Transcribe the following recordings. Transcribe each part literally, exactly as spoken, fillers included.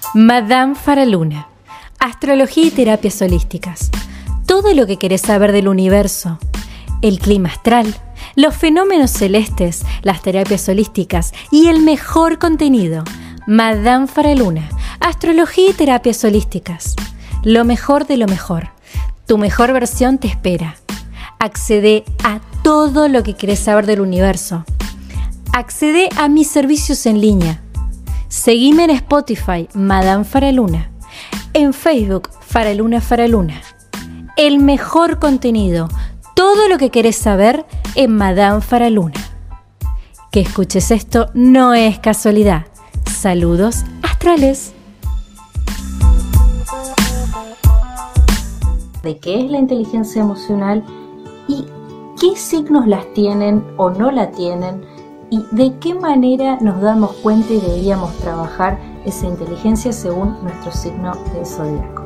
Madame Faraluna, astrología y terapias holísticas. Todo lo que querés saber del universo, el clima astral, los fenómenos celestes, las terapias holísticas y el mejor contenido. Madame Faraluna, astrología y terapias holísticas. Lo mejor de lo mejor. Tu mejor versión te espera. Accede a todo lo que querés saber del universo. Accede a mis servicios en línea. Seguime en Spotify, Madame Faraluna. En Facebook, Faraluna Faraluna. El mejor contenido, todo lo que querés saber en Madame Faraluna. Que escuches esto no es casualidad. Saludos astrales. ¿De qué es la inteligencia emocional y qué signos las tienen o no la tienen? ¿Y de qué manera nos damos cuenta y deberíamos trabajar esa inteligencia según nuestro signo del zodíaco?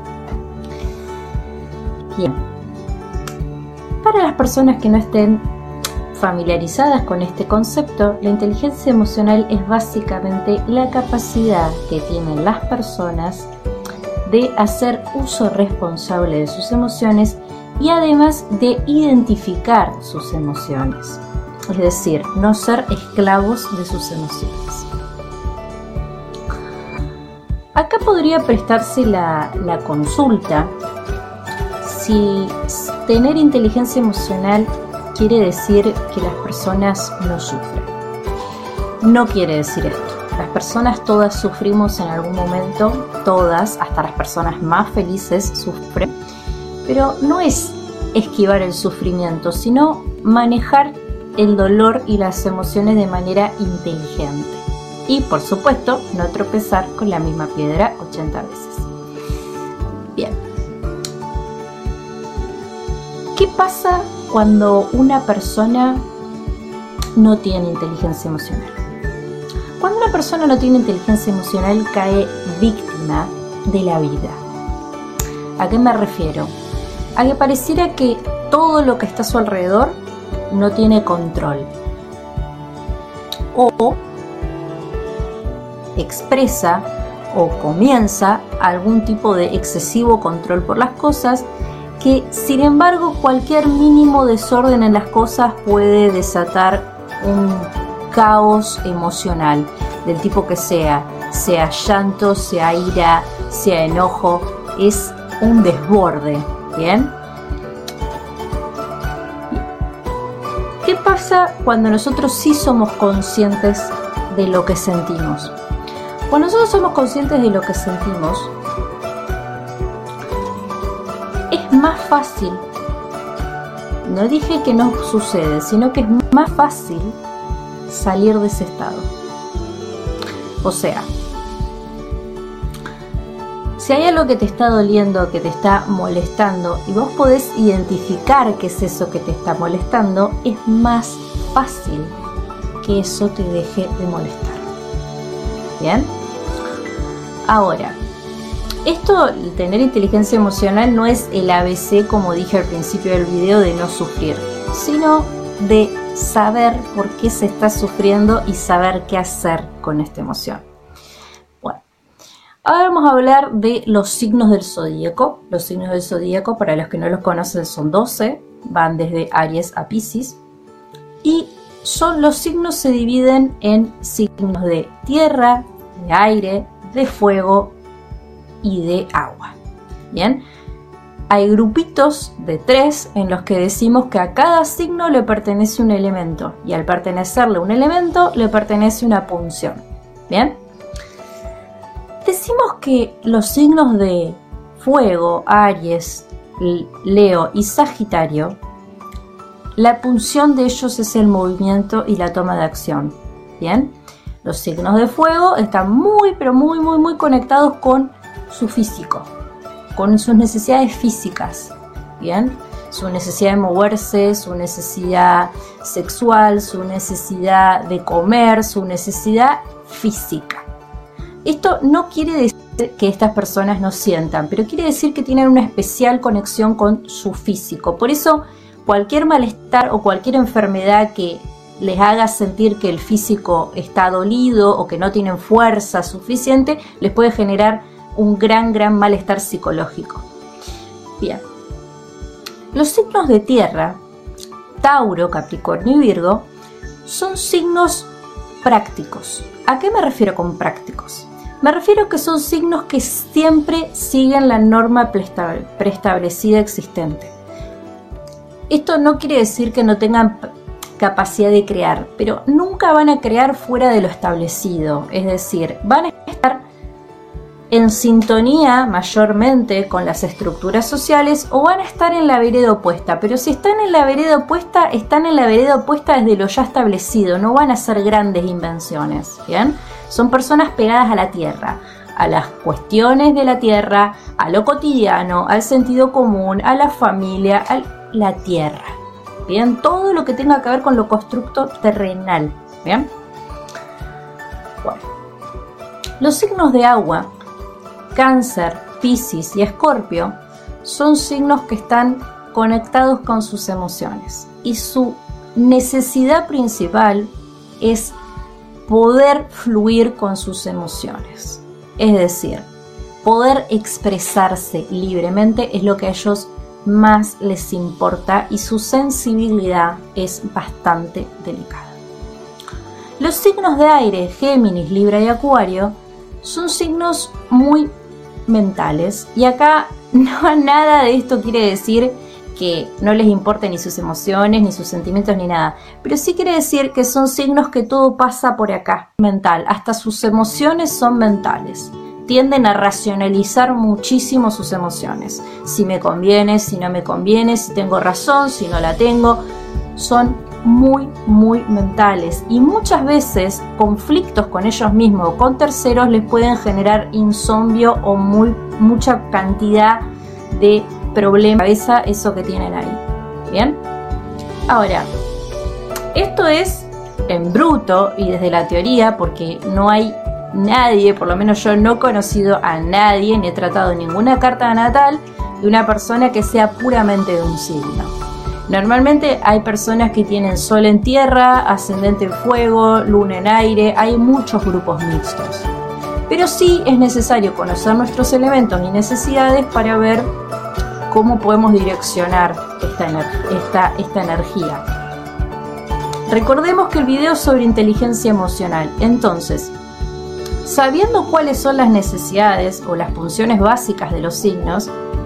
Bien, para las personas que no estén familiarizadas con este concepto, la inteligencia emocional es básicamente la capacidad que tienen las personas de hacer uso responsable de sus emociones y además de identificar sus emociones. Es decir, no ser esclavos de sus emociones. Acá podría prestarse la, la consulta si tener inteligencia emocional quiere decir que las personas no sufren. No quiere decir esto. Las personas todas sufrimos en algún momento, todas, hasta las personas más felices sufren, pero no es esquivar el sufrimiento, sino manejar el dolor y las emociones de manera inteligente. Y por supuesto, no tropezar con la misma piedra ochenta veces. Bien. ¿Qué pasa cuando una persona no tiene inteligencia emocional? Cuando una persona no tiene inteligencia emocional, cae víctima de la vida. ¿A qué me refiero? A que pareciera que todo lo que está a su alrededor no tiene control o expresa o comienza algún tipo de excesivo control por las cosas que, sin embargo, cualquier mínimo desorden en las cosas puede desatar un caos emocional del tipo que sea, sea llanto, sea ira, sea enojo, es un desborde, ¿bien? ¿Qué pasa cuando nosotros sí somos conscientes de lo que sentimos? Cuando nosotros somos conscientes de lo que sentimos, es más fácil, no dije que no sucede, sino que es más fácil salir de ese estado. O sea, si hay algo que te está doliendo, que te está molestando, y vos podés identificar qué es eso que te está molestando, es más fácil que eso te deje de molestar. ¿Bien? Ahora, esto, tener inteligencia emocional, no es el A B C, como dije al principio del video, de no sufrir, sino de saber por qué se está sufriendo y saber qué hacer con esta emoción. Bueno, ahora vamos a hablar de los signos del zodíaco. Los signos del zodíaco, para los que no los conocen, son doce, van desde Aries a Piscis, y son los signos se dividen en signos de tierra, de aire, de fuego y de agua. Bien, hay grupitos de tres en los que decimos que a cada signo le pertenece un elemento, y al pertenecerle un elemento le pertenece una punción. Bien, decimos que los signos de fuego, Aries, Leo y Sagitario, la punción de ellos es el movimiento y la toma de acción. Bien, los signos de fuego están muy pero muy muy muy conectados con su físico, con sus necesidades físicas, ¿bien? Su necesidad de moverse, su necesidad sexual, su necesidad de comer, su necesidad física. Esto no quiere decir que estas personas no sientan, pero quiere decir que tienen una especial conexión con su físico. Por eso, cualquier malestar o cualquier enfermedad que les haga sentir que el físico está dolido o que no tienen fuerza suficiente, les puede generar un gran, gran malestar psicológico. Bien. Los signos de tierra, Tauro, Capricornio y Virgo, son signos prácticos. ¿A qué me refiero con prácticos? Me refiero que son signos que siempre siguen la norma preestablecida existente. Esto no quiere decir que no tengan capacidad de crear, pero nunca van a crear fuera de lo establecido. Es decir, van a estar en sintonía mayormente con las estructuras sociales o van a estar en la vereda opuesta. Pero si están en la vereda opuesta, están en la vereda opuesta desde lo ya establecido. No van a hacer grandes invenciones, ¿bien? Son personas pegadas a la tierra, a las cuestiones de la tierra, a lo cotidiano, al sentido común, a la familia, a la tierra. Bien, todo lo que tenga que ver con lo constructo terrenal. Bien. Bueno. Los signos de agua, Cáncer, Piscis y Escorpio, son signos que están conectados con sus emociones. Y su necesidad principal es poder fluir con sus emociones. Es decir, poder expresarse libremente es lo que a ellos más les importa y su sensibilidad es bastante delicada. Los signos de aire, Géminis, Libra y Acuario, son signos muy mentales y acá no nada de esto quiere decir que no les importen ni sus emociones, ni sus sentimientos, ni nada, pero sí quiere decir que son signos que todo pasa por acá, mental, hasta sus emociones son mentales. Tienden a racionalizar muchísimo sus emociones. Si me conviene, si no me conviene, si tengo razón, si no la tengo. Son muy, muy mentales. Y muchas veces conflictos con ellos mismos o con terceros les pueden generar insomnio o muy, mucha cantidad de problemas. Cabeza, eso que tienen ahí. ¿Bien? Ahora, esto es en bruto y desde la teoría porque no hay nadie, por lo menos yo no he conocido a nadie, ni he tratado ninguna carta natal de una persona que sea puramente de un signo. Normalmente hay personas que tienen sol en tierra, ascendente en fuego, luna en aire, hay muchos grupos mixtos. Pero sí es necesario conocer nuestros elementos y necesidades para ver cómo podemos direccionar esta, esta, esta energía. Recordemos que el video es sobre inteligencia emocional, entonces sabiendo cuáles son las necesidades o las funciones básicas de los signos,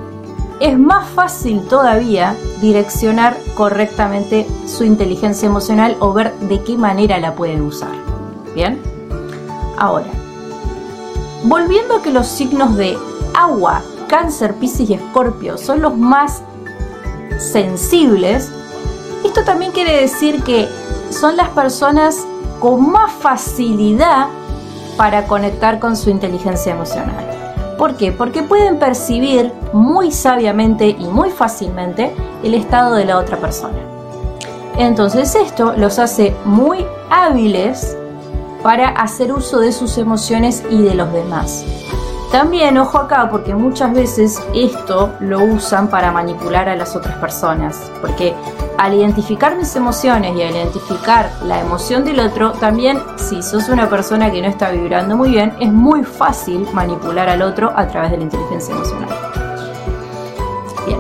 es más fácil todavía direccionar correctamente su inteligencia emocional o ver de qué manera la pueden usar. ¿Bien? Ahora, volviendo a que los signos de agua, Cáncer, Piscis y Escorpio son los más sensibles, esto también quiere decir que son las personas con más facilidad para conectar con su inteligencia emocional. ¿Por qué? Porque pueden percibir muy sabiamente y muy fácilmente el estado de la otra persona. Entonces esto los hace muy hábiles para hacer uso de sus emociones y de los demás. También, ojo acá, porque muchas veces esto lo usan para manipular a las otras personas. Porque al identificar mis emociones y al identificar la emoción del otro, también si sos una persona que no está vibrando muy bien, es muy fácil manipular al otro a través de la inteligencia emocional. Bien.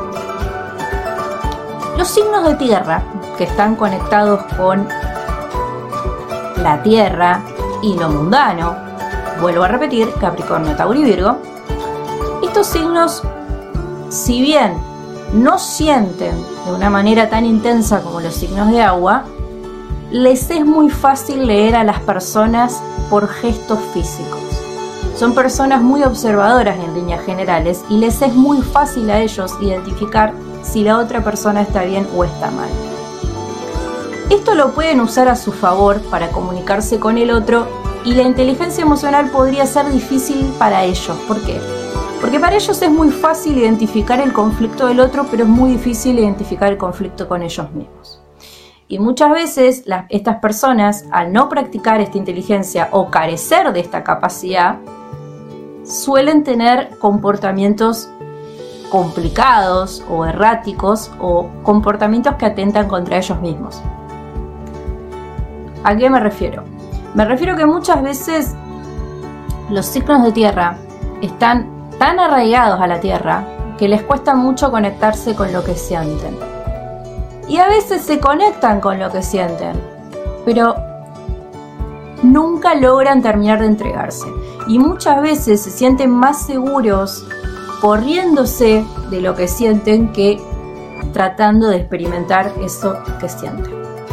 Los signos de tierra, que están conectados con la tierra y lo mundano, vuelvo a repetir, Capricornio, Tauro y Virgo, estos signos, si bien no sienten de una manera tan intensa como los signos de agua, les es muy fácil leer a las personas por gestos físicos. Son personas muy observadoras en líneas generales y les es muy fácil a ellos identificar si la otra persona está bien o está mal. Esto lo pueden usar a su favor para comunicarse con el otro y la inteligencia emocional podría ser difícil para ellos. ¿Por qué? Porque para ellos es muy fácil identificar el conflicto del otro, pero es muy difícil identificar el conflicto con ellos mismos. Y muchas veces las, estas personas, al no practicar esta inteligencia o carecer de esta capacidad, suelen tener comportamientos complicados o erráticos o comportamientos que atentan contra ellos mismos. ¿A qué me refiero? Me refiero que muchas veces los signos de tierra están tan arraigados a la tierra que les cuesta mucho conectarse con lo que sienten. Y a veces se conectan con lo que sienten, pero nunca logran terminar de entregarse. Y muchas veces se sienten más seguros corriéndose de lo que sienten que tratando de experimentar eso que sienten.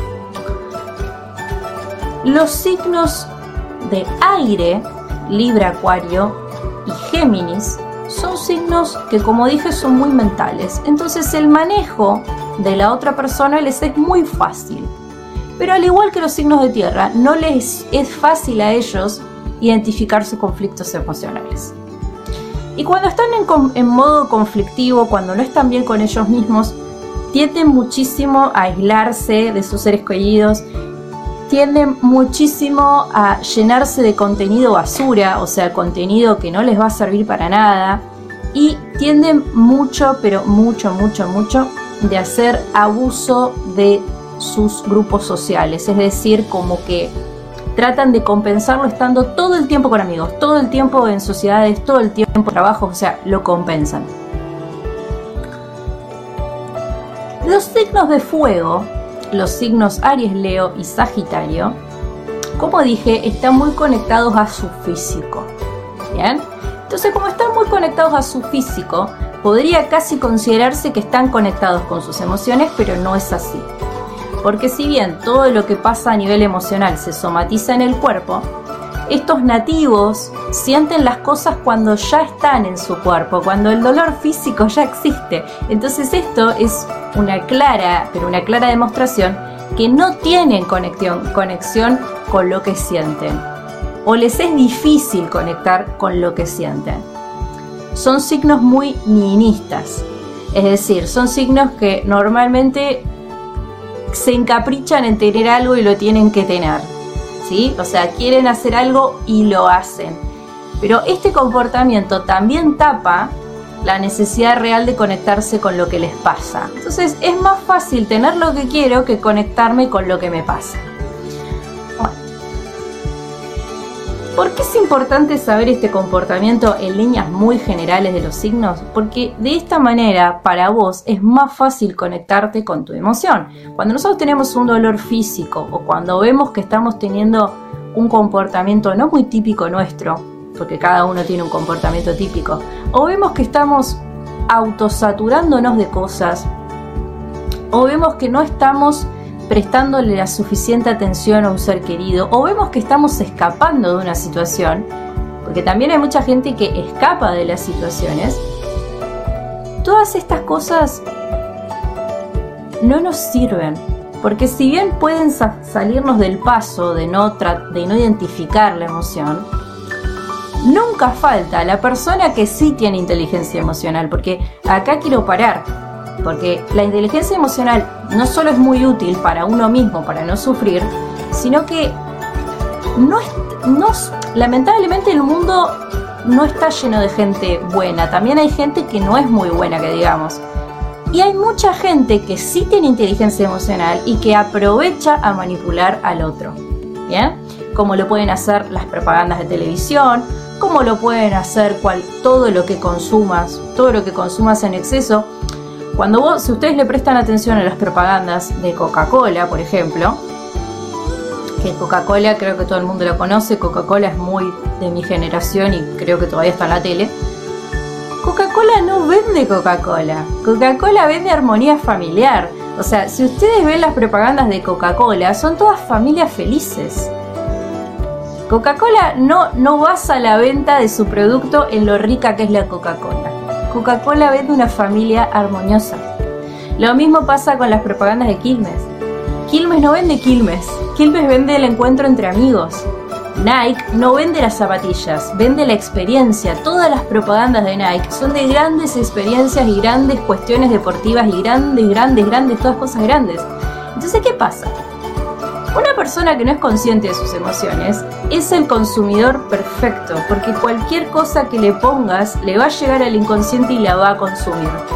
Los signos de aire, Libra, Acuario y Géminis, son signos que, como dije, son muy mentales. Entonces el manejo de la otra persona les es muy fácil. Pero al igual que los signos de tierra, no les es fácil a ellos identificar sus conflictos emocionales. Y cuando están en, en modo conflictivo, cuando no están bien con ellos mismos, tienden muchísimo a aislarse de sus seres queridos, tienden muchísimo a llenarse de contenido basura, o sea, contenido que no les va a servir para nada, y tienden mucho, pero mucho, mucho, mucho de hacer abuso de sus grupos sociales, es decir, como que tratan de compensarlo estando todo el tiempo con amigos, todo el tiempo en sociedades, todo el tiempo en trabajo, o sea, lo compensan. Los signos de fuego, los signos Aries, Leo y Sagitario, como dije, están muy conectados a su físico. ¿Bien? Entonces, como están muy conectados a su físico, podría casi considerarse que están conectados con sus emociones, pero no es así. Porque si bien todo lo que pasa a nivel emocional se somatiza en el cuerpo, estos nativos sienten las cosas cuando ya están en su cuerpo, cuando el dolor físico ya existe. Entonces esto es una clara, pero una clara demostración que no tienen conexión, conexión con lo que sienten. O les es difícil conectar con lo que sienten. Son signos muy nihilistas. Es decir, son signos que normalmente se encaprichan en tener algo y lo tienen que tener, ¿sí? O sea, quieren hacer algo y lo hacen. Pero este comportamiento también tapa la necesidad real de conectarse con lo que les pasa. Entonces es más fácil tener lo que quiero que conectarme con lo que me pasa. Bueno. ¿Por qué es importante saber este comportamiento en líneas muy generales de los signos? Porque de esta manera para vos es más fácil conectarte con tu emoción. Cuando nosotros tenemos un dolor físico o cuando vemos que estamos teniendo un comportamiento no muy típico nuestro, porque cada uno tiene un comportamiento típico, o vemos que estamos autosaturándonos de cosas, o vemos que no estamos prestándole la suficiente atención a un ser querido, o vemos que estamos escapando de una situación, porque también hay mucha gente que escapa de las situaciones. Todas estas cosas no nos sirven, porque si bien pueden sa- salirnos del paso de no, tra- de no identificar la emoción, nunca falta la persona que sí tiene inteligencia emocional, porque acá quiero parar. Porque la inteligencia emocional no solo es muy útil para uno mismo, para no sufrir, sino que no es, no, lamentablemente el mundo no está lleno de gente buena. También hay gente que no es muy buena, que digamos. Y hay mucha gente que sí tiene inteligencia emocional y que aprovecha a manipular al otro. ¿Bien? Como lo pueden hacer las propagandas de televisión, como lo pueden hacer cual, todo lo que consumas, todo lo que consumas en exceso. Cuando vos, si ustedes le prestan atención a las propagandas de Coca-Cola, por ejemplo, que Coca-Cola creo que todo el mundo lo conoce, Coca-Cola es muy de mi generación y creo que todavía está en la tele. Coca-Cola no vende Coca-Cola, Coca-Cola vende armonía familiar. O sea, si ustedes ven las propagandas de Coca-Cola, son todas familias felices. Coca-Cola no, no basa la venta de su producto en lo rica que es la Coca-Cola. Coca-Cola vende una familia armoniosa. Lo mismo pasa con las propagandas de Quilmes. Quilmes no vende Quilmes. Quilmes vende el encuentro entre amigos. Nike no vende las zapatillas, vende la experiencia. Todas las propagandas de Nike son de grandes experiencias y grandes cuestiones deportivas y grandes, grandes, grandes, todas cosas grandes. Entonces, ¿qué pasa? Una persona que no es consciente de sus emociones es el consumidor perfecto, porque cualquier cosa que le pongas le va a llegar al inconsciente y la va a consumir.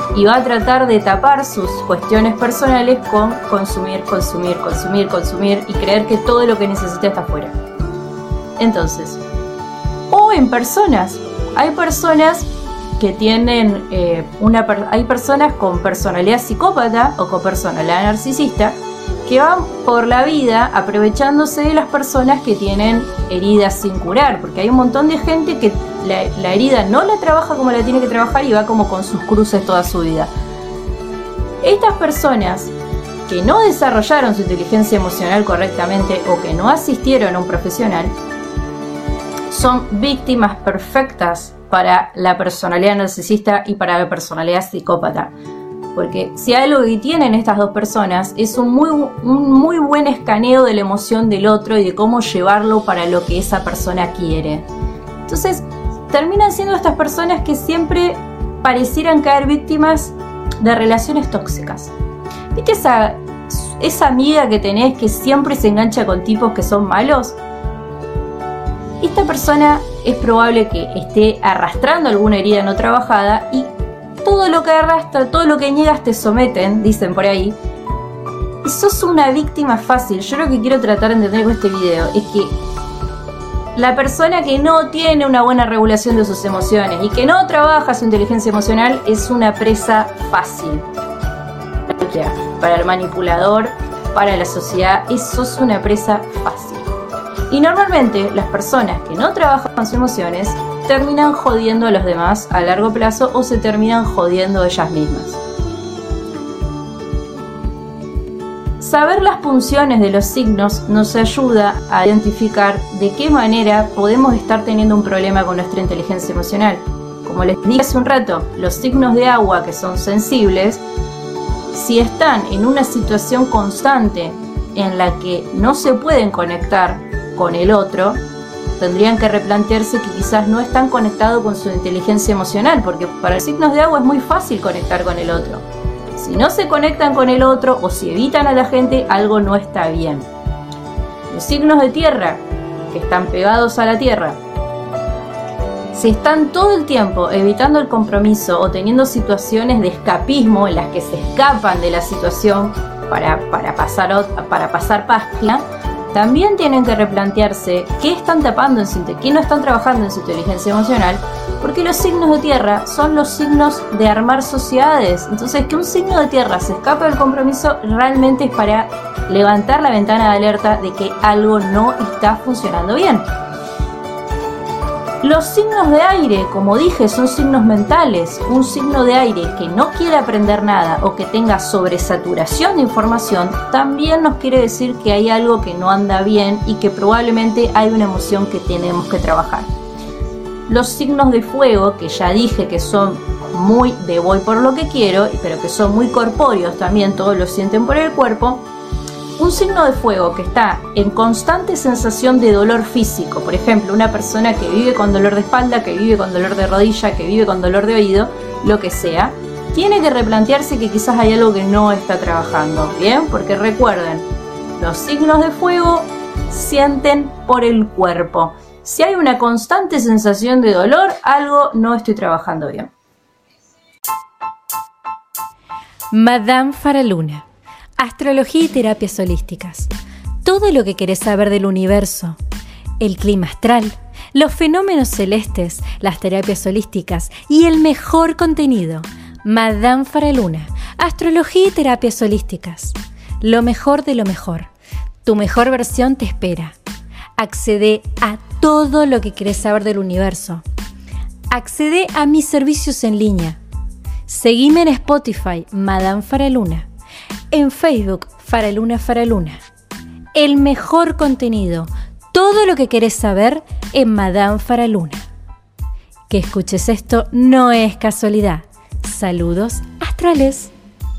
y va a tratar de tapar sus cuestiones personales con consumir, consumir, consumir, consumir y creer que todo lo que necesita está afuera. Entonces, o en personas, hay personas que tienen eh, una hay personas con personalidad psicópata o con personalidad narcisista que van por la vida aprovechándose de las personas que tienen heridas sin curar, porque hay un montón de gente que la, la herida no la trabaja como la tiene que trabajar y va como con sus cruces toda su vida. Estas personas que no desarrollaron su inteligencia emocional correctamente o que no asistieron a un profesional son víctimas perfectas para la personalidad narcisista y para la personalidad psicópata. Porque si algo que tienen estas dos personas es un muy, un muy buen escaneo de la emoción del otro y de cómo llevarlo para lo que esa persona quiere. Entonces, terminan siendo estas personas que siempre parecieran caer víctimas de relaciones tóxicas. ¿Viste esa, esa amiga que tenés que siempre se engancha con tipos que son malos? Esta persona es probable que esté arrastrando alguna herida no trabajada y todo lo que arrastra, todo lo que niegas te someten, dicen por ahí. Y sos una víctima fácil. Yo lo que quiero tratar de entender con este video es que la persona que no tiene una buena regulación de sus emociones y que no trabaja su inteligencia emocional es una presa fácil. Para el manipulador, para la sociedad, eso es una presa fácil. Y normalmente las personas que no trabajan sus emociones terminan jodiendo a los demás a largo plazo o se terminan jodiendo ellas mismas. Saber las funciones de los signos nos ayuda a identificar de qué manera podemos estar teniendo un problema con nuestra inteligencia emocional. Como les dije hace un rato, los signos de agua que son sensibles, si están en una situación constante en la que no se pueden conectar con el otro, tendrían que replantearse que quizás no están conectados con su inteligencia emocional, porque para los signos de agua es muy fácil conectar con el otro. Si no se conectan con el otro o si evitan a la gente, algo no está bien. Los signos de tierra, que están pegados a la tierra, si están todo el tiempo evitando el compromiso o teniendo situaciones de escapismo en las que se escapan de la situación para, para, pasar, para pasar página, también tienen que replantearse qué están tapando en su, qué no están trabajando en su inteligencia emocional, porque los signos de tierra son los signos de armar sociedades. Entonces, que un signo de tierra se escape del compromiso realmente es para levantar la ventana de alerta de que algo no está funcionando bien. Los signos de aire, como dije, son signos mentales. Un signo de aire que no quiere aprender nada o que tenga sobresaturación de información también nos quiere decir que hay algo que no anda bien y que probablemente hay una emoción que tenemos que trabajar. Los signos de fuego, que ya dije que son muy de voy por lo que quiero, pero que son muy corpóreos también, todos lo sienten por el cuerpo. Un signo de fuego que está en constante sensación de dolor físico, por ejemplo, una persona que vive con dolor de espalda, que vive con dolor de rodilla, que vive con dolor de oído, lo que sea, tiene que replantearse que quizás hay algo que no está trabajando, ¿bien? Porque recuerden, los signos de fuego sienten por el cuerpo. Si hay una constante sensación de dolor, algo no estoy trabajando bien. Madame Faraluna. Astrología y terapias holísticas. Todo lo que querés saber del universo, el clima astral, los fenómenos celestes, las terapias holísticas y el mejor contenido. Madame Faraluna. Astrología y terapias holísticas. Lo mejor de lo mejor. Tu mejor versión te espera. Accede a todo lo que querés saber del universo. Accede a mis servicios en línea. Seguime en Spotify, Madame Faraluna. En Facebook, Faraluna Faraluna. El mejor contenido, todo lo que querés saber en Madame Faraluna. Que escuches esto no es casualidad. Saludos astrales.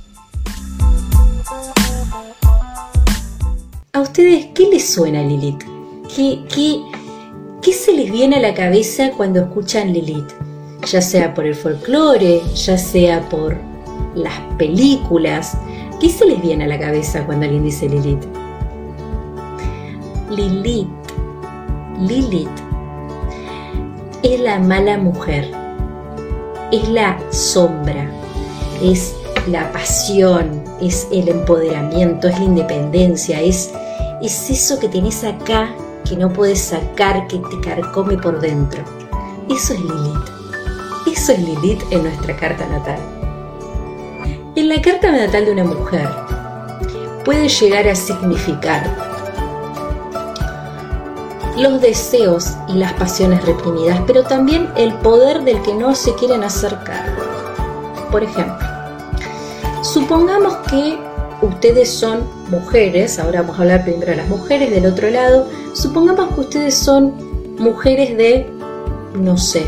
¿A ustedes qué les suena Lilith? ¿Qué, qué, qué se les viene a la cabeza cuando escuchan Lilith? Ya sea por el folclore, ya sea por las películas. ¿Qué se les viene a la cabeza cuando alguien dice Lilith? Lilith, Lilith es la mala mujer, es la sombra, es la pasión, es el empoderamiento, es la independencia, es, es eso que tenés acá que no puedes sacar, que te carcome por dentro. Eso es Lilith. Eso es Lilith en nuestra carta natal. En la carta natal de una mujer puede llegar a significar los deseos y las pasiones reprimidas, pero también el poder del que no se quieren hacer cargo. Por ejemplo, supongamos que ustedes son mujeres, ahora vamos a hablar primero de las mujeres del otro lado, supongamos que ustedes son mujeres de, no sé,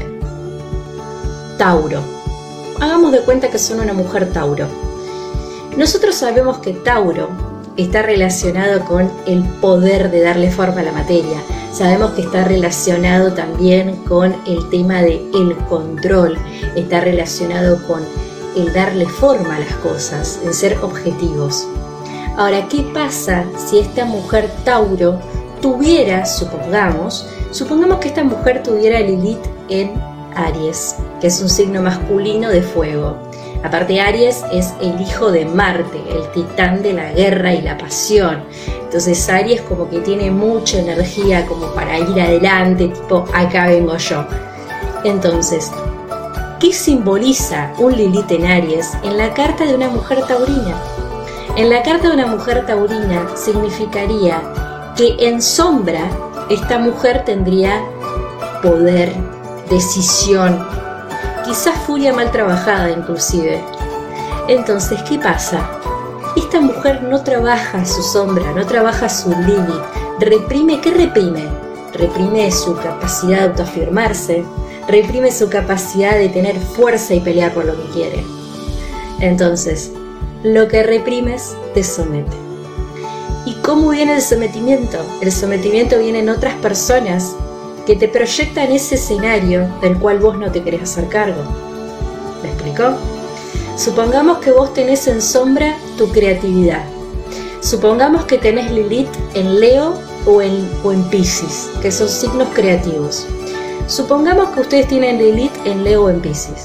Tauro. Hagamos de cuenta que son una mujer Tauro. Nosotros sabemos que Tauro está relacionado con el poder de darle forma a la materia. Sabemos que está relacionado también con el tema del control, está relacionado con el darle forma a las cosas, en ser objetivos. Ahora, ¿qué pasa si esta mujer Tauro tuviera, supongamos, supongamos que esta mujer tuviera Lilith en Aries, que es un signo masculino de fuego? Aparte, Aries es el hijo de Marte, el titán de la guerra y la pasión. Entonces Aries como que tiene mucha energía como para ir adelante, tipo, acá vengo yo. Entonces, ¿qué simboliza un Lilith en Aries en la carta de una mujer taurina? En la carta de una mujer taurina significaría que en sombra esta mujer tendría poder, decisión, quizás furia mal trabajada inclusive. Entonces, ¿qué pasa? Esta mujer no trabaja su sombra, no trabaja su Lilith. Reprime, ¿qué reprime? Reprime su capacidad de autoafirmarse, reprime su capacidad de tener fuerza y pelear por lo que quiere. Entonces, lo que reprimes te somete. ¿Y cómo viene el sometimiento? El sometimiento viene en otras personas que te proyectan ese escenario del cual vos no te querés hacer cargo. ¿Me explicó? Supongamos que vos tenés en sombra tu creatividad. Supongamos que tenés Lilith en Leo o en, o en Piscis, que son signos creativos. Supongamos que ustedes tienen Lilith en Leo o en Piscis.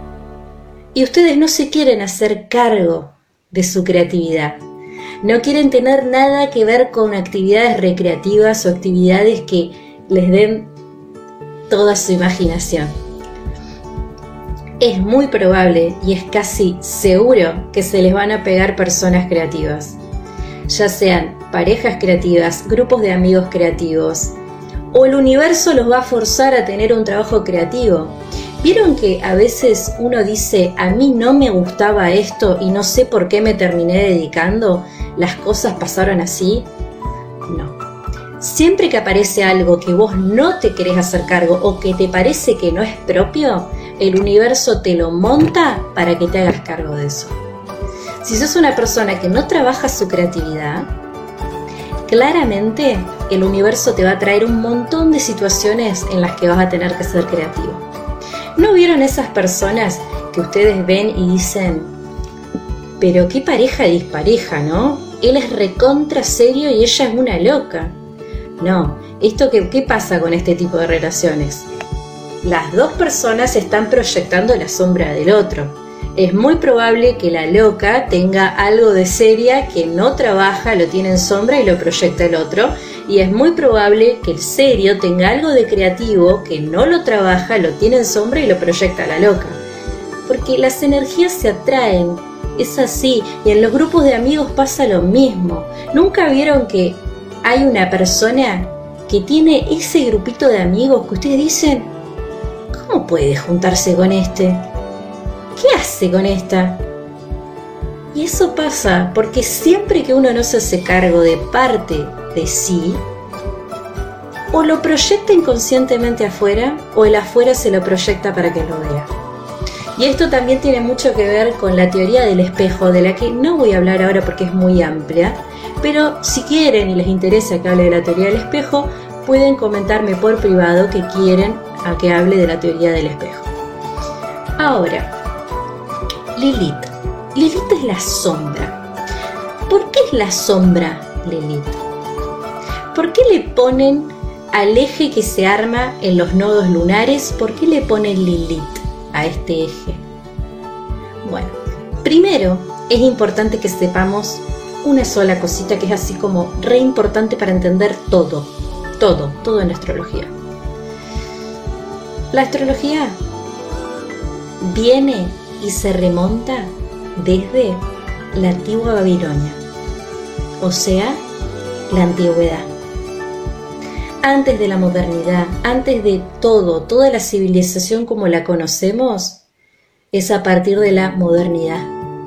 Y ustedes no se quieren hacer cargo de su creatividad. No quieren tener nada que ver con actividades recreativas o actividades que les den toda su imaginación. Es muy probable y es casi seguro que se les van a pegar personas creativas, ya sean parejas creativas, grupos de amigos creativos, o el universo los va a forzar a tener un trabajo creativo. ¿Vieron que a veces uno dice, a mí no me gustaba esto y no sé por qué me terminé dedicando? ¿Las cosas pasaron así? No. Siempre que aparece algo que vos no te querés hacer cargo o que te parece que no es propio, el universo te lo monta para que te hagas cargo de eso. Si sos una persona que no trabaja su creatividad, claramente el universo te va a traer un montón de situaciones en las que vas a tener que ser creativo. ¿No vieron esas personas que ustedes ven y dicen, pero qué pareja dispareja, ¿no? Él es recontra serio y ella es una loca? No, esto que, ¿qué pasa con este tipo de relaciones? Las dos personas están proyectando la sombra del otro. Es muy probable que la loca tenga algo de seria que no trabaja, lo tiene en sombra y lo proyecta el otro. Y es muy probable que el serio tenga algo de creativo que no lo trabaja, lo tiene en sombra y lo proyecta la loca. Porque las energías se atraen, es así. Y en los grupos de amigos pasa lo mismo. ¿Nunca vieron que hay una persona que tiene ese grupito de amigos que ustedes dicen, ¿cómo puede juntarse con este? ¿Qué hace con esta? Y eso pasa porque siempre que uno no se hace cargo de parte de sí, o lo proyecta inconscientemente afuera, o el afuera se lo proyecta para que lo vea. Y esto también tiene mucho que ver con la teoría del espejo, de la que no voy a hablar ahora porque es muy amplia, pero si quieren y les interesa que hable de la teoría del espejo, pueden comentarme por privado que quieren a que hable de la teoría del espejo. Ahora, Lilith. Lilith es la sombra. ¿Por qué es la sombra Lilith? ¿Por qué le ponen al eje que se arma en los nodos lunares? ¿Por qué le ponen Lilith a este eje? Bueno, Primero, es importante que sepamos una sola cosita que es así como re importante para entender todo, todo, todo en astrología. La astrología viene y se remonta desde la antigua Babilonia, o sea, la antigüedad. Antes de la modernidad, antes de todo, toda la civilización como la conocemos, es a partir de la modernidad.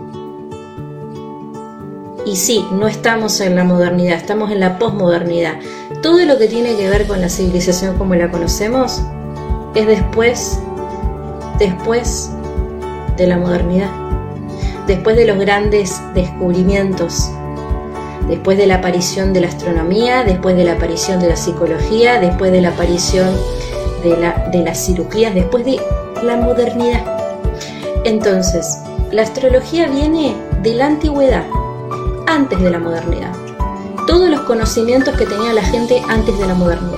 Y sí, no estamos en la modernidad, estamos en la posmodernidad. Todo lo que tiene que ver con la civilización como la conocemos es después, después de la modernidad, después de los grandes descubrimientos, después de la aparición de la astronomía, después de la aparición de la psicología, después de la aparición de, la, de las cirugías, después de la modernidad. Entonces, la astrología viene de la antigüedad, antes de la modernidad. Todos los conocimientos que tenía la gente antes de la modernidad.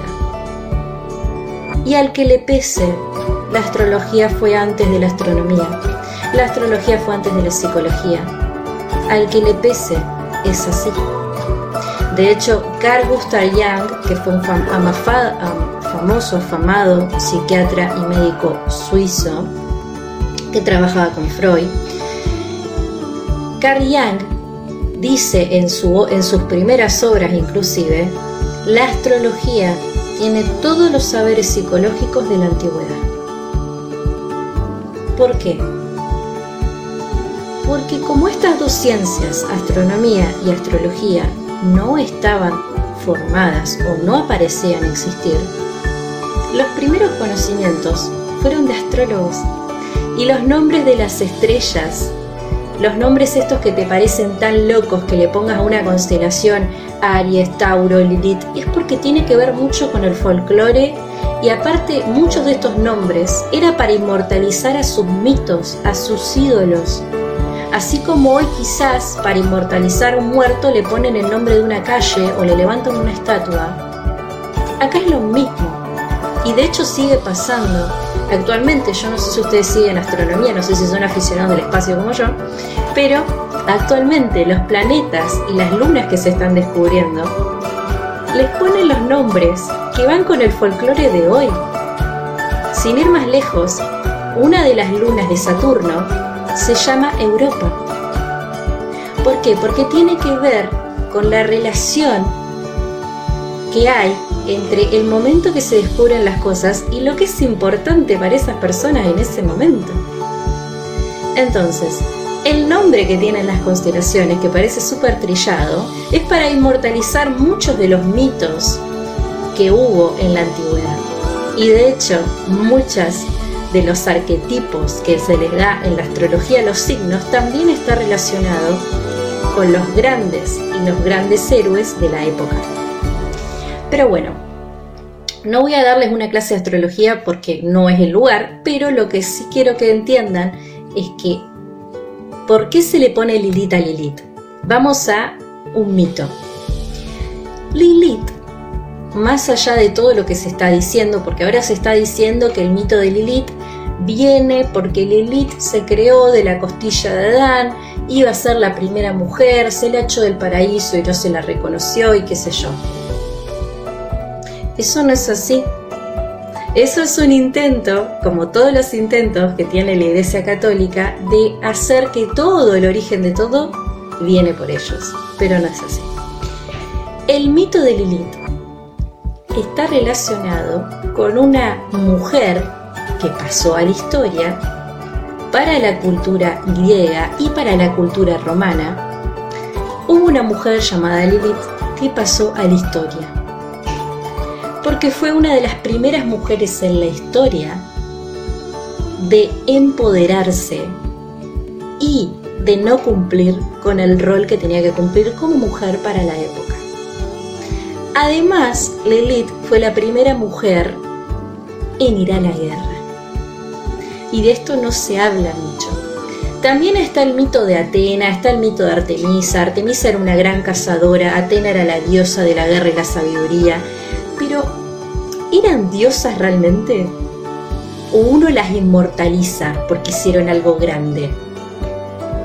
Y al que le pese, la astrología fue antes de la astronomía. La astrología fue antes de la psicología. Al que le pese, es así. De hecho, Carl Gustav Jung, que fue un fam- amafado, um, famoso, afamado psiquiatra y médico suizo, que trabajaba con Freud, Carl Jung dice en, su, en sus primeras obras inclusive, la astrología tiene todos los saberes psicológicos de la antigüedad. ¿Por qué? Porque como estas dos ciencias, astronomía y astrología, no estaban formadas o no aparecían existir, los primeros conocimientos fueron de astrólogos. Y los nombres de las estrellas, los nombres estos que te parecen tan locos que le pongas a una constelación, Aries, Tauro, Lilith, es porque tiene que ver mucho con el folclore, y aparte muchos de estos nombres era para inmortalizar a sus mitos, a sus ídolos. Así como hoy quizás para inmortalizar a un muerto le ponen el nombre de una calle o le levantan una estatua. Acá es lo mismo, y de hecho sigue pasando. Actualmente, yo no sé si ustedes siguen astronomía, no sé si son aficionados del espacio como yo, pero actualmente los planetas y las lunas que se están descubriendo les ponen los nombres que van con el folclore de hoy. Sin ir más lejos, una de las lunas de Saturno se llama Europa. ¿Por qué? Porque tiene que ver con la relación que hay entre el momento que se descubren las cosas y lo que es importante para esas personas en ese momento. Entonces, el nombre que tienen las constelaciones, que parece súper trillado, es para inmortalizar muchos de los mitos que hubo en la antigüedad. Y de hecho, muchas de los arquetipos que se les da en la astrología a los signos también está relacionado con los grandes y los grandes héroes de la época. Pero bueno, no voy a darles una clase de astrología porque no es el lugar, pero lo que sí quiero que entiendan es que ¿por qué se le pone Lilith a Lilith? Vamos a un mito. Lilith, más allá de todo lo que se está diciendo, porque ahora se está diciendo que el mito de Lilith viene porque Lilith se creó de la costilla de Adán, iba a ser la primera mujer, se la echó del paraíso y no se la reconoció y qué sé yo. Eso no es así. Eso es un intento, como todos los intentos que tiene la Iglesia Católica, de hacer que todo el origen de todo viene por ellos, pero no es así. El mito de Lilith está relacionado con una mujer que pasó a la historia para la cultura griega y para la cultura romana. Hubo una mujer llamada Lilith que pasó a la historia porque fue una de las primeras mujeres en la historia de empoderarse y de no cumplir con el rol que tenía que cumplir como mujer para la época. Además, Lilith fue la primera mujer en ir a la guerra. Y de esto no se habla mucho. También está el mito de Atena, está el mito de Artemisa. Artemisa era una gran cazadora, Atena era la diosa de la guerra y la sabiduría. Pero, ¿eran diosas realmente? ¿O uno las inmortaliza porque hicieron algo grande?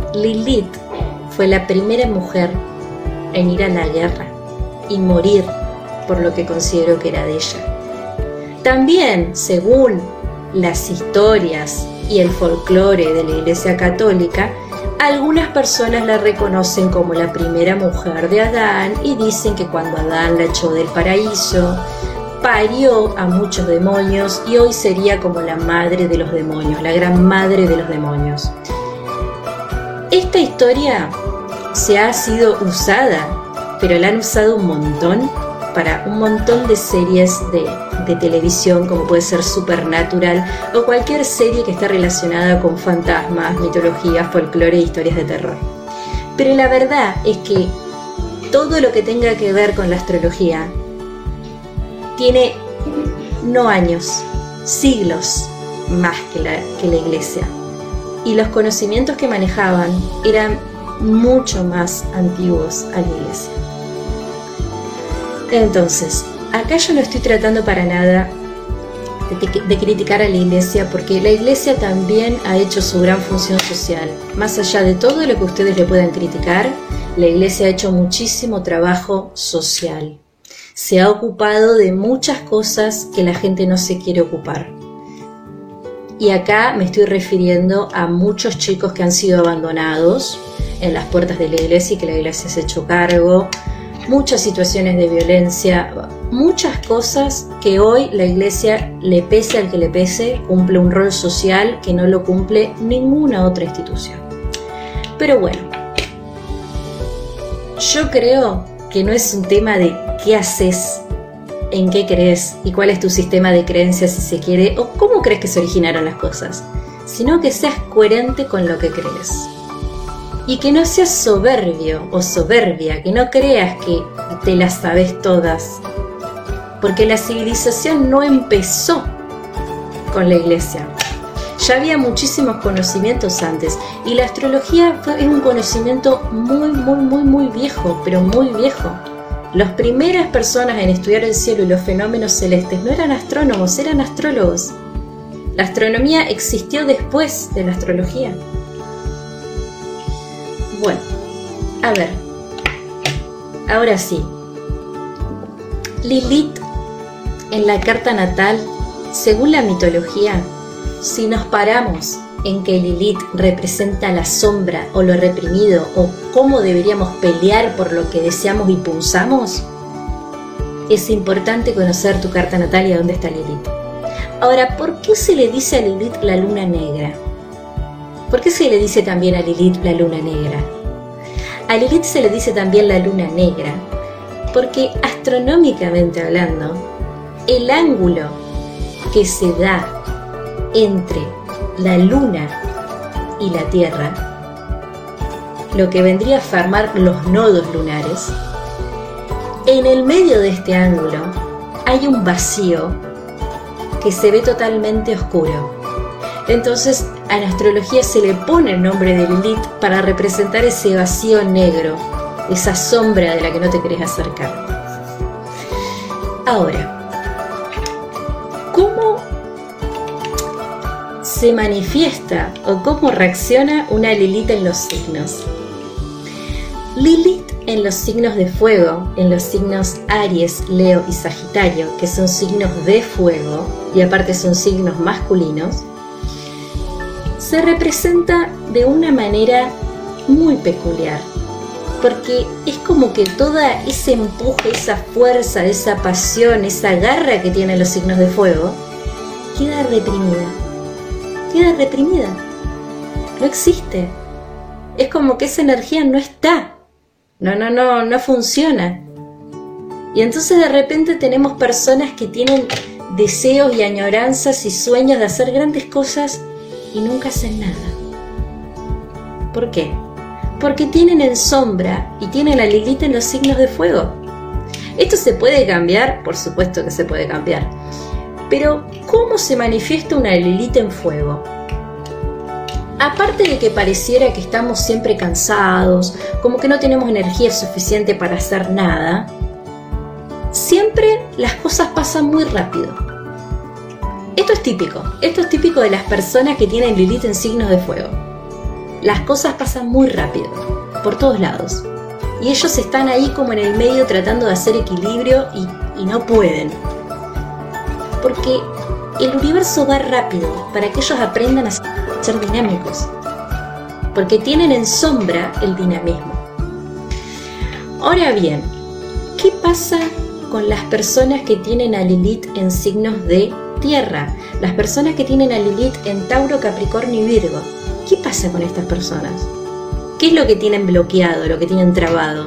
Lilith fue la primera mujer en ir a la guerra y morir por lo que consideró que era de ella. También, según las historias y el folclore de la Iglesia Católica, algunas personas la reconocen como la primera mujer de Adán y dicen que cuando Adán la echó del paraíso, parió a muchos demonios y hoy sería como la madre de los demonios, la gran madre de los demonios. Esta historia se ha sido usada, pero la han usado un montón para un montón de series de, de televisión, como puede ser Supernatural o cualquier serie que esté relacionada con fantasmas, mitología, folclore e historias de terror. Pero la verdad es que todo lo que tenga que ver con la astrología tiene no años, siglos más que la, que la iglesia. Y los conocimientos que manejaban eran mucho más antiguos a la iglesia. Entonces, acá yo no estoy tratando para nada de, de criticar a la iglesia, porque la iglesia también ha hecho su gran función social. Más allá de todo lo que ustedes le puedan criticar, la iglesia ha hecho muchísimo trabajo social. Se ha ocupado de muchas cosas que la gente no se quiere ocupar. Y acá me estoy refiriendo a muchos chicos que han sido abandonados en las puertas de la iglesia y que la iglesia se ha hecho cargo, muchas situaciones de violencia, muchas cosas que hoy la iglesia, le pese al que le pese, cumple un rol social que no lo cumple ninguna otra institución. Pero bueno, yo creo que no es un tema de qué haces, en qué crees y cuál es tu sistema de creencias, si se quiere, o cómo crees que se originaron las cosas, sino que seas coherente con lo que crees. Y que no seas soberbio o soberbia, que no creas que te las sabes todas, porque la civilización no empezó con la iglesia. Ya había muchísimos conocimientos antes, y la astrología fue, es un conocimiento muy, muy, muy, muy viejo, pero muy viejo. Las primeras personas en estudiar el cielo y los fenómenos celestes no eran astrónomos, eran astrólogos. La astronomía existió después de la astrología. Bueno, a ver, ahora sí. Lilith, en la carta natal, según la mitología, si nos paramos en que Lilith representa la sombra o lo reprimido o cómo deberíamos pelear por lo que deseamos y pulsamos, es importante conocer tu carta natal y a dónde está Lilith. Ahora, ¿por qué se le dice a Lilith la luna negra? ¿Por qué se le dice también a Lilith la luna negra? A Lilith se le dice también la luna negra porque astronómicamente hablando, el ángulo que se da entre la luna y la Tierra, lo que vendría a formar los nodos lunares, en el medio de este ángulo hay un vacío que se ve totalmente oscuro. Entonces a la astrología se le pone el nombre de Lilith para representar ese vacío negro, esa sombra de la que no te querés acercar. Ahora, ¿cómo se manifiesta o cómo reacciona una Lilith en los signos? Lilith en los signos de fuego, en los signos Aries, Leo y Sagitario, que son signos de fuego y aparte son signos masculinos, se representa de una manera muy peculiar, porque es como que toda ese empuje, esa fuerza, esa pasión, esa garra que tienen los signos de fuego, queda reprimida. Queda reprimida. No existe. Es como que esa energía no está. No, no, no, no funciona. Y entonces de repente tenemos personas que tienen deseos y añoranzas y sueños de hacer grandes cosas y nunca hacen nada. ¿Por qué? Porque tienen en sombra y tienen la Lilith en los signos de fuego. ¿Esto se puede cambiar? Por supuesto que se puede cambiar. Pero, ¿cómo se manifiesta una Lilith en fuego? Aparte de que pareciera que estamos siempre cansados, como que no tenemos energía suficiente para hacer nada, siempre las cosas pasan muy rápido. Esto es típico, esto es típico de las personas que tienen Lilith en signos de fuego. Las cosas pasan muy rápido, por todos lados. Y ellos están ahí como en el medio tratando de hacer equilibrio y, y no pueden. Porque el universo va rápido para que ellos aprendan a ser dinámicos. Porque tienen en sombra el dinamismo. Ahora bien, ¿qué pasa con las personas que tienen a Lilith en signos de tierra? Las personas que tienen a Lilith en Tauro, Capricornio y Virgo. ¿Qué pasa con estas personas? ¿Qué es lo que tienen bloqueado, lo que tienen trabado?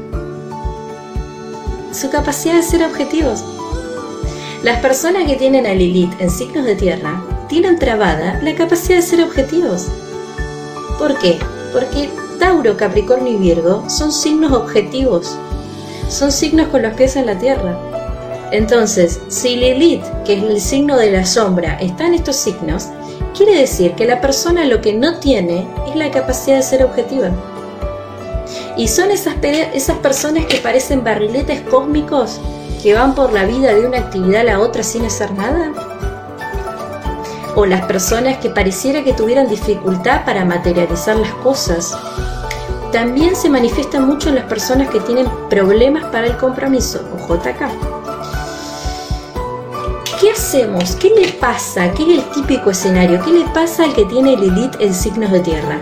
Su capacidad de ser objetivos. Las personas que tienen a Lilith en signos de tierra tienen trabada la capacidad de ser objetivos. ¿Por qué? Porque Tauro, Capricornio y Virgo son signos objetivos. Son signos con los pies en la tierra. Entonces, si Lilith, que es el signo de la sombra, está en estos signos, quiere decir que la persona lo que no tiene es la capacidad de ser objetiva. Y son esas, esas personas que parecen barriletes cósmicos que van por la vida de una actividad a la otra sin hacer nada. O las personas que pareciera que tuvieran dificultad para materializar las cosas. También se manifiesta mucho en las personas que tienen problemas para el compromiso, o J K. ¿Qué hacemos? ¿Qué le pasa? ¿Qué es el típico escenario? ¿Qué le pasa al que tiene Lilith en signos de tierra?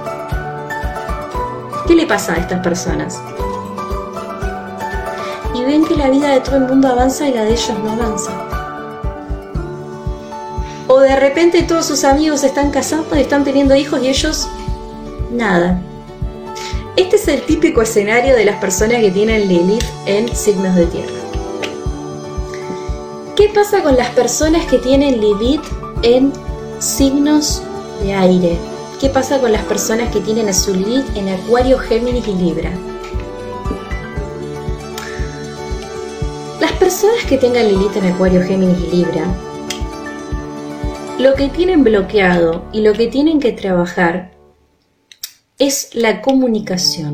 ¿Qué le pasa a estas personas? Y ven que la vida de todo el mundo avanza y la de ellos no avanza. O de repente todos sus amigos se están casando y están teniendo hijos y ellos nada. Este es el típico escenario de las personas que tienen Lilith en signos de tierra. ¿Qué pasa con las personas que tienen Lilith en signos de aire? ¿Qué pasa con las personas que tienen a su Lilith en Acuario, Géminis y Libra? Las personas que tengan Lilith en Acuario, Géminis y Libra, lo que tienen bloqueado y lo que tienen que trabajar es la comunicación.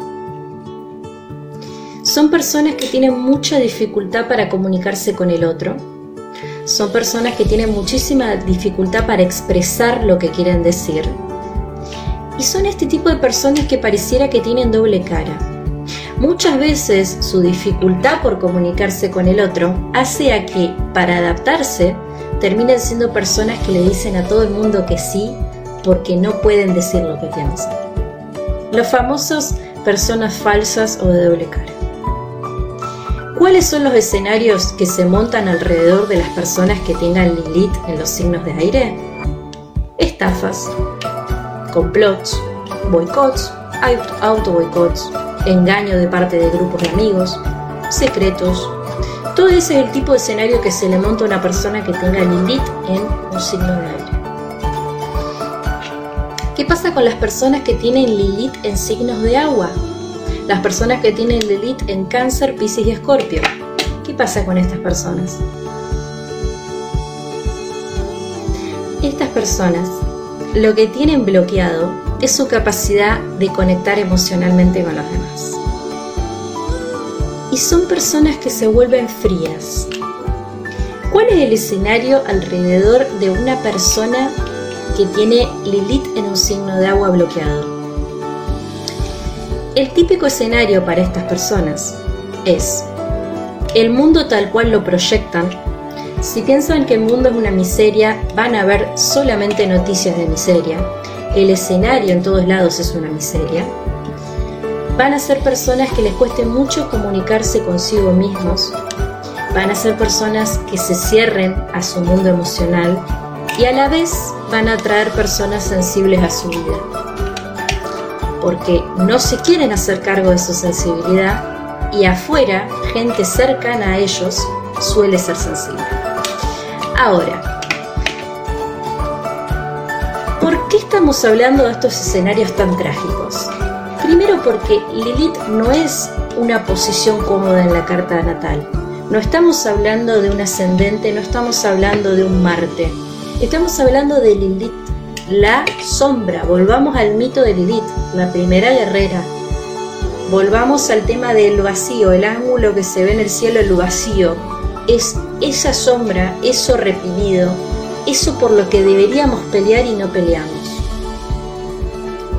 Son personas que tienen mucha dificultad para comunicarse con el otro. Son personas que tienen muchísima dificultad para expresar lo que quieren decir. Y son este tipo de personas que pareciera que tienen doble cara. Muchas veces su dificultad por comunicarse con el otro hace a que, para adaptarse, terminen siendo personas que le dicen a todo el mundo que sí porque no pueden decir lo que piensan. Los famosos personas falsas o de doble cara. ¿Cuáles son los escenarios que se montan alrededor de las personas que tengan Lilith en los signos de aire? Estafas, complots, boicots, auto-boicots, engaño de parte de grupos de amigos, secretos. Todo ese es el tipo de escenario que se le monta a una persona que tenga Lilith en un signo de aire. ¿Qué pasa con las personas que tienen Lilith en signos de agua? Las personas que tienen Lilith en Cáncer, Piscis y Escorpio. ¿Qué pasa con estas personas? Estas personas lo que tienen bloqueado es su capacidad de conectar emocionalmente con los demás. Y son personas que se vuelven frías. ¿Cuál es el escenario alrededor de una persona que tiene Lilith en un signo de agua bloqueado? El típico escenario para estas personas es el mundo tal cual lo proyectan. Si piensan que el mundo es una miseria, van a ver solamente noticias de miseria. El escenario en todos lados es una miseria. Van a ser personas que les cueste mucho comunicarse consigo mismos. Van a ser personas que se cierren a su mundo emocional y a la vez van a atraer personas sensibles a su vida. Porque no se quieren hacer cargo de su sensibilidad y afuera, gente cercana a ellos suele ser sensible. Ahora, ¿por qué estamos hablando de estos escenarios tan trágicos? Primero porque Lilith no es una posición cómoda en la carta natal. No estamos hablando de un ascendente, no estamos hablando de un Marte. Estamos hablando de Lilith, la sombra. Volvamos al mito de Lilith, la primera guerrera. Volvamos al tema del vacío, el ángulo que se ve en el cielo, el vacío. Es esa sombra, eso reprimido, eso por lo que deberíamos pelear y no peleamos.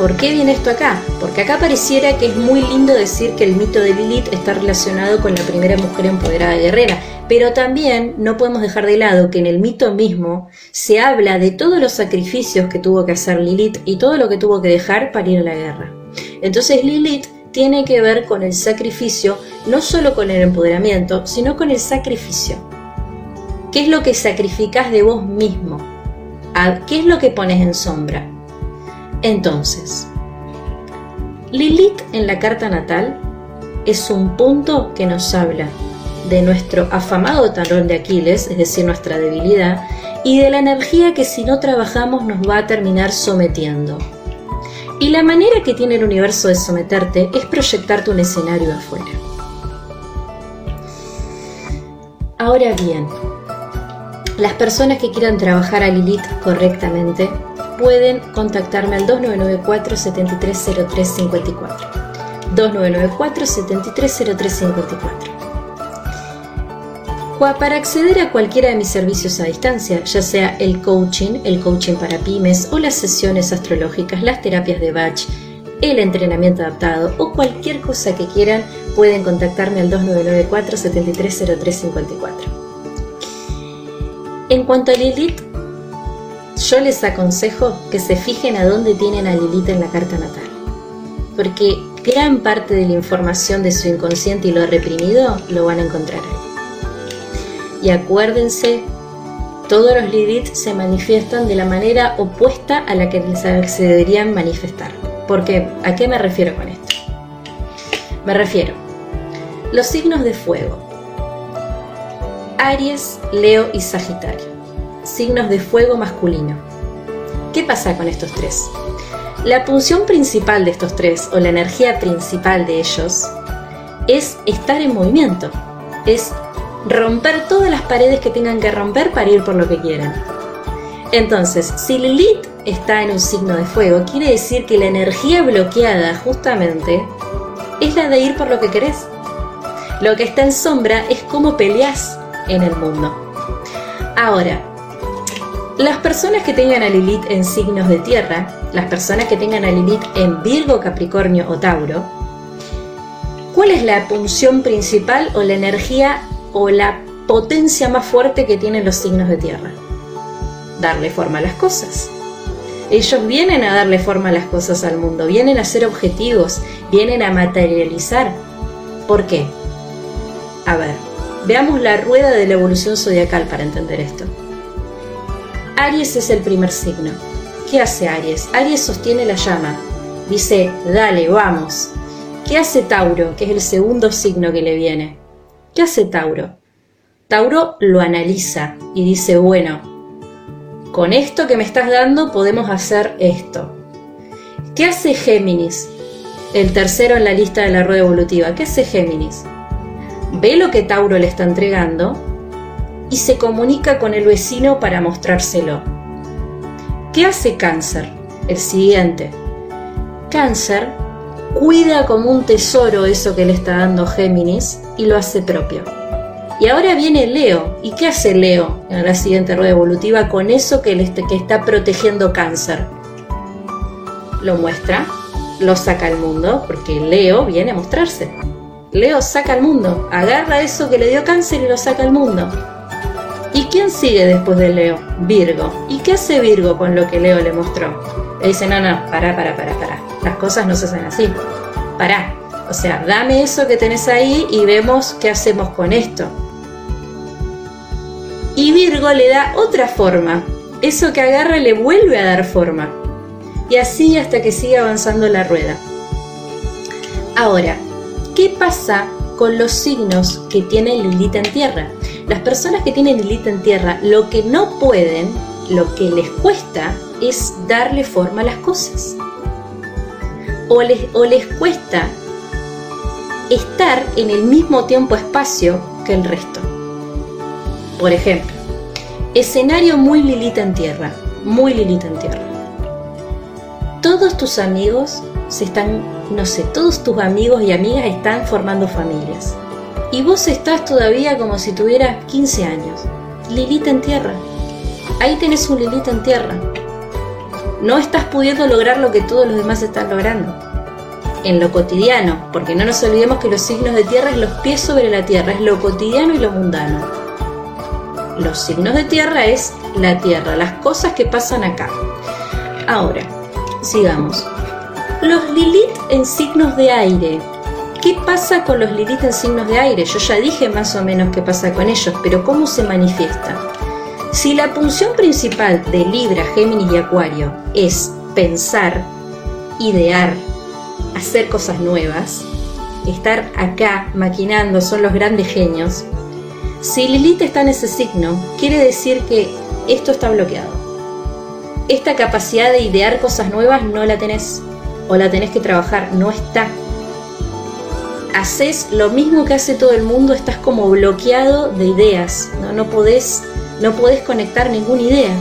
¿Por qué viene esto acá? Porque acá pareciera que es muy lindo decir que el mito de Lilith está relacionado con la primera mujer empoderada guerrera, pero también no podemos dejar de lado que en el mito mismo se habla de todos los sacrificios que tuvo que hacer Lilith y todo lo que tuvo que dejar para ir a la guerra. Entonces Lilith tiene que ver con el sacrificio, no solo con el empoderamiento, sino con el sacrificio. ¿Qué es lo que sacrificás de vos mismo? ¿Qué es lo que pones en sombra? Entonces, Lilith en la carta natal es un punto que nos habla de nuestro afamado talón de Aquiles, es decir, nuestra debilidad, y de la energía que si no trabajamos nos va a terminar sometiendo. Y la manera que tiene el universo de someterte es proyectarte un escenario afuera. Ahora bien, las personas que quieran trabajar a Lilith correctamente pueden contactarme al dos nueve nueve cuatro, siete tres cero tres cinco cuatro. dos nueve nueve cuatro, siete tres cero tres cinco cuatro. Para acceder a cualquiera de mis servicios a distancia, ya sea el coaching, el coaching para pymes o las sesiones astrológicas, las terapias de Bach, el entrenamiento adaptado o cualquier cosa que quieran, pueden contactarme al dos nueve nueve cuatro, siete tres cero tres cinco cuatro. En cuanto a Lilith, yo les aconsejo que se fijen a dónde tienen a Lilith en la carta natal, porque gran parte de la información de su inconsciente y lo reprimido lo van a encontrar ahí. Y acuérdense, todos los Lilith se manifiestan de la manera opuesta a la que se deberían manifestar. Porque, ¿a qué me refiero con esto? Me refiero a los signos de fuego: Aries, Leo y Sagitario. Signos de fuego masculino. ¿Qué pasa con estos tres? La función principal de estos tres, o la energía principal de ellos, es estar en movimiento. Es romper todas las paredes que tengan que romper para ir por lo que quieran. Entonces, si Lilith está en un signo de fuego, quiere decir que la energía bloqueada justamente es la de ir por lo que querés. Lo que está en sombra es cómo peleás en el mundo. Ahora, las personas que tengan a Lilith en signos de tierra, las personas que tengan a Lilith en Virgo, Capricornio o Tauro, ¿cuál es la función principal o la energía o la potencia más fuerte que tienen los signos de tierra? Darle forma a las cosas. Ellos vienen a darle forma a las cosas al mundo, vienen a ser objetivos, vienen a materializar. ¿Por qué? A ver, veamos la rueda de la evolución zodiacal para entender esto. Aries es el primer signo. ¿Qué hace Aries? Aries sostiene la llama, dice, dale, vamos. ¿Qué hace Tauro, que es el segundo signo que le viene? ¿Qué hace Tauro? Tauro lo analiza y dice, bueno, con esto que me estás dando podemos hacer esto. ¿Qué hace Géminis? El tercero en la lista de la rueda evolutiva. ¿Qué hace Géminis? Ve lo que Tauro le está entregando y se comunica con el vecino para mostrárselo. ¿Qué hace Cáncer? El siguiente. Cáncer cuida como un tesoro eso que le está dando Géminis y lo hace propio. Y ahora viene Leo. ¿Y qué hace Leo en la siguiente rueda evolutiva con eso que, le, que está protegiendo Cáncer? Lo muestra, lo saca al mundo, porque Leo viene a mostrarse. Leo saca al mundo, agarra eso que le dio Cáncer y lo saca al mundo. ¿Y quién sigue después de Leo? Virgo. ¿Y qué hace Virgo con lo que Leo le mostró? Le dice, no, no, pará, pará, pará, pará. Las cosas no se hacen así. Pará. O sea, dame eso que tenés ahí y vemos qué hacemos con esto. Y Virgo le da otra forma. Eso que agarra le vuelve a dar forma. Y así hasta que siga avanzando la rueda. Ahora, ¿qué pasa con los signos que tienen Lilith en tierra? Las personas que tienen Lilith en tierra, lo que no pueden, lo que les cuesta, es darle forma a las cosas. O les, o les cuesta estar en el mismo tiempo-espacio que el resto. Por ejemplo, escenario muy Lilith en tierra, muy Lilith en tierra. Todos tus amigos se están, no sé, todos tus amigos y amigas están formando familias. Y vos estás todavía como si tuvieras quince años. Lilith en tierra. Ahí tenés un Lilith en tierra. no estás pudiendo lograr lo que todos los demás están logrando. En lo cotidiano, porque no nos olvidemos que los signos de tierra es los pies sobre la tierra, es lo cotidiano y lo mundano. Los signos de tierra es la tierra, las cosas que pasan acá. Ahora, sigamos. Los Lilith en signos de aire. ¿Qué pasa con los Lilith en signos de aire? Yo ya dije más o menos qué pasa con ellos, pero ¿cómo se manifiesta? Si la función principal de Libra, Géminis y Acuario es pensar, idear, hacer cosas nuevas, estar acá maquinando, son los grandes genios. Si Lilith está en ese signo, quiere decir que esto está bloqueado. Esta capacidad de idear cosas nuevas no la tenés, o la tenés que trabajar, no está. Haces lo mismo que hace todo el mundo, estás como bloqueado de ideas, no, no podés, no podés conectar ninguna idea.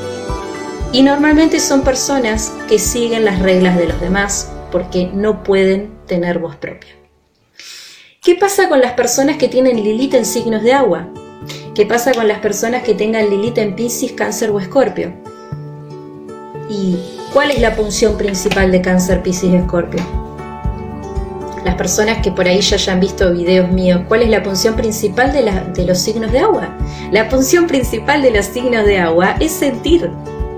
Y normalmente son personas que siguen las reglas de los demás porque no pueden tener voz propia. ¿Qué pasa con las personas que tienen Lilith en signos de agua? ¿Qué pasa con las personas que tengan Lilith en Piscis, Cáncer o Escorpio? ¿Y cuál es la función principal de Cáncer, Piscis y Escorpio? Las personas que por ahí ya hayan visto videos míos, ¿cuál es la función principal de, la, de los signos de agua? La función principal de los signos de agua es sentir.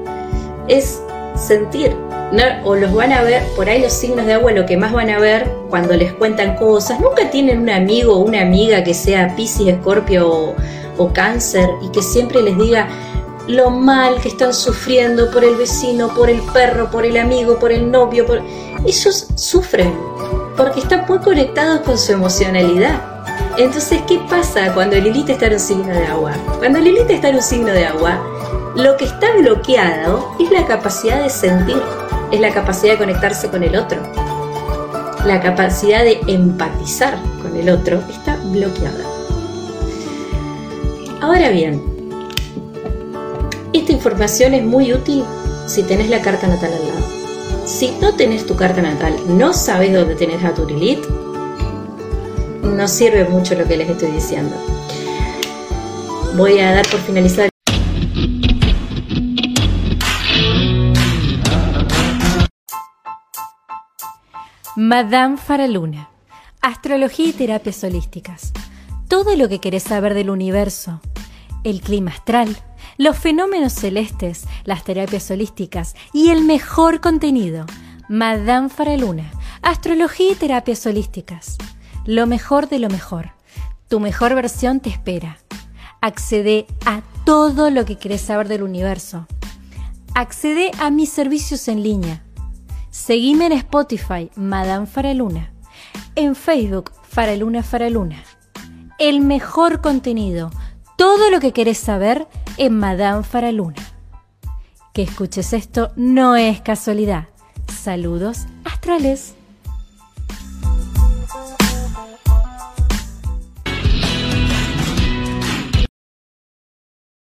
Es sentir. No, o los van a ver, por ahí los signos de agua lo que más van a ver cuando les cuentan cosas. Nunca tienen un amigo o una amiga que sea Piscis, Escorpio o, o Cáncer y que siempre les diga lo mal que están sufriendo por el vecino, por el perro, por el amigo, por el novio. Por... Ellos sufren porque están muy conectados con su emocionalidad. Entonces, ¿qué pasa cuando Lilith está en un signo de agua? Cuando Lilith está en un signo de agua, lo que está bloqueado es la capacidad de sentir, es la capacidad de conectarse con el otro. La capacidad de empatizar con el otro está bloqueada. Ahora bien, esta información es muy útil si tenés la carta natal al lado. Si no tenés tu carta natal, no sabes dónde tenés a tu Lilith, no sirve mucho lo que les estoy diciendo. Voy a dar por finalizado. Madame Faraluna, astrología y terapias holísticas. Todo lo que querés saber del universo, el clima astral, los fenómenos celestes, las terapias holísticas y el mejor contenido. Madame Faraluna, astrología y terapias holísticas. Lo mejor de lo mejor. Tu mejor versión te espera. Accede a todo lo que querés saber del universo. Accede a mis servicios en línea. Seguime en Spotify, Madame Faraluna. En Facebook, Faraluna Faraluna. El mejor contenido. Todo lo que querés saber en Madame Faraluna. Que escuches esto no es casualidad. Saludos astrales.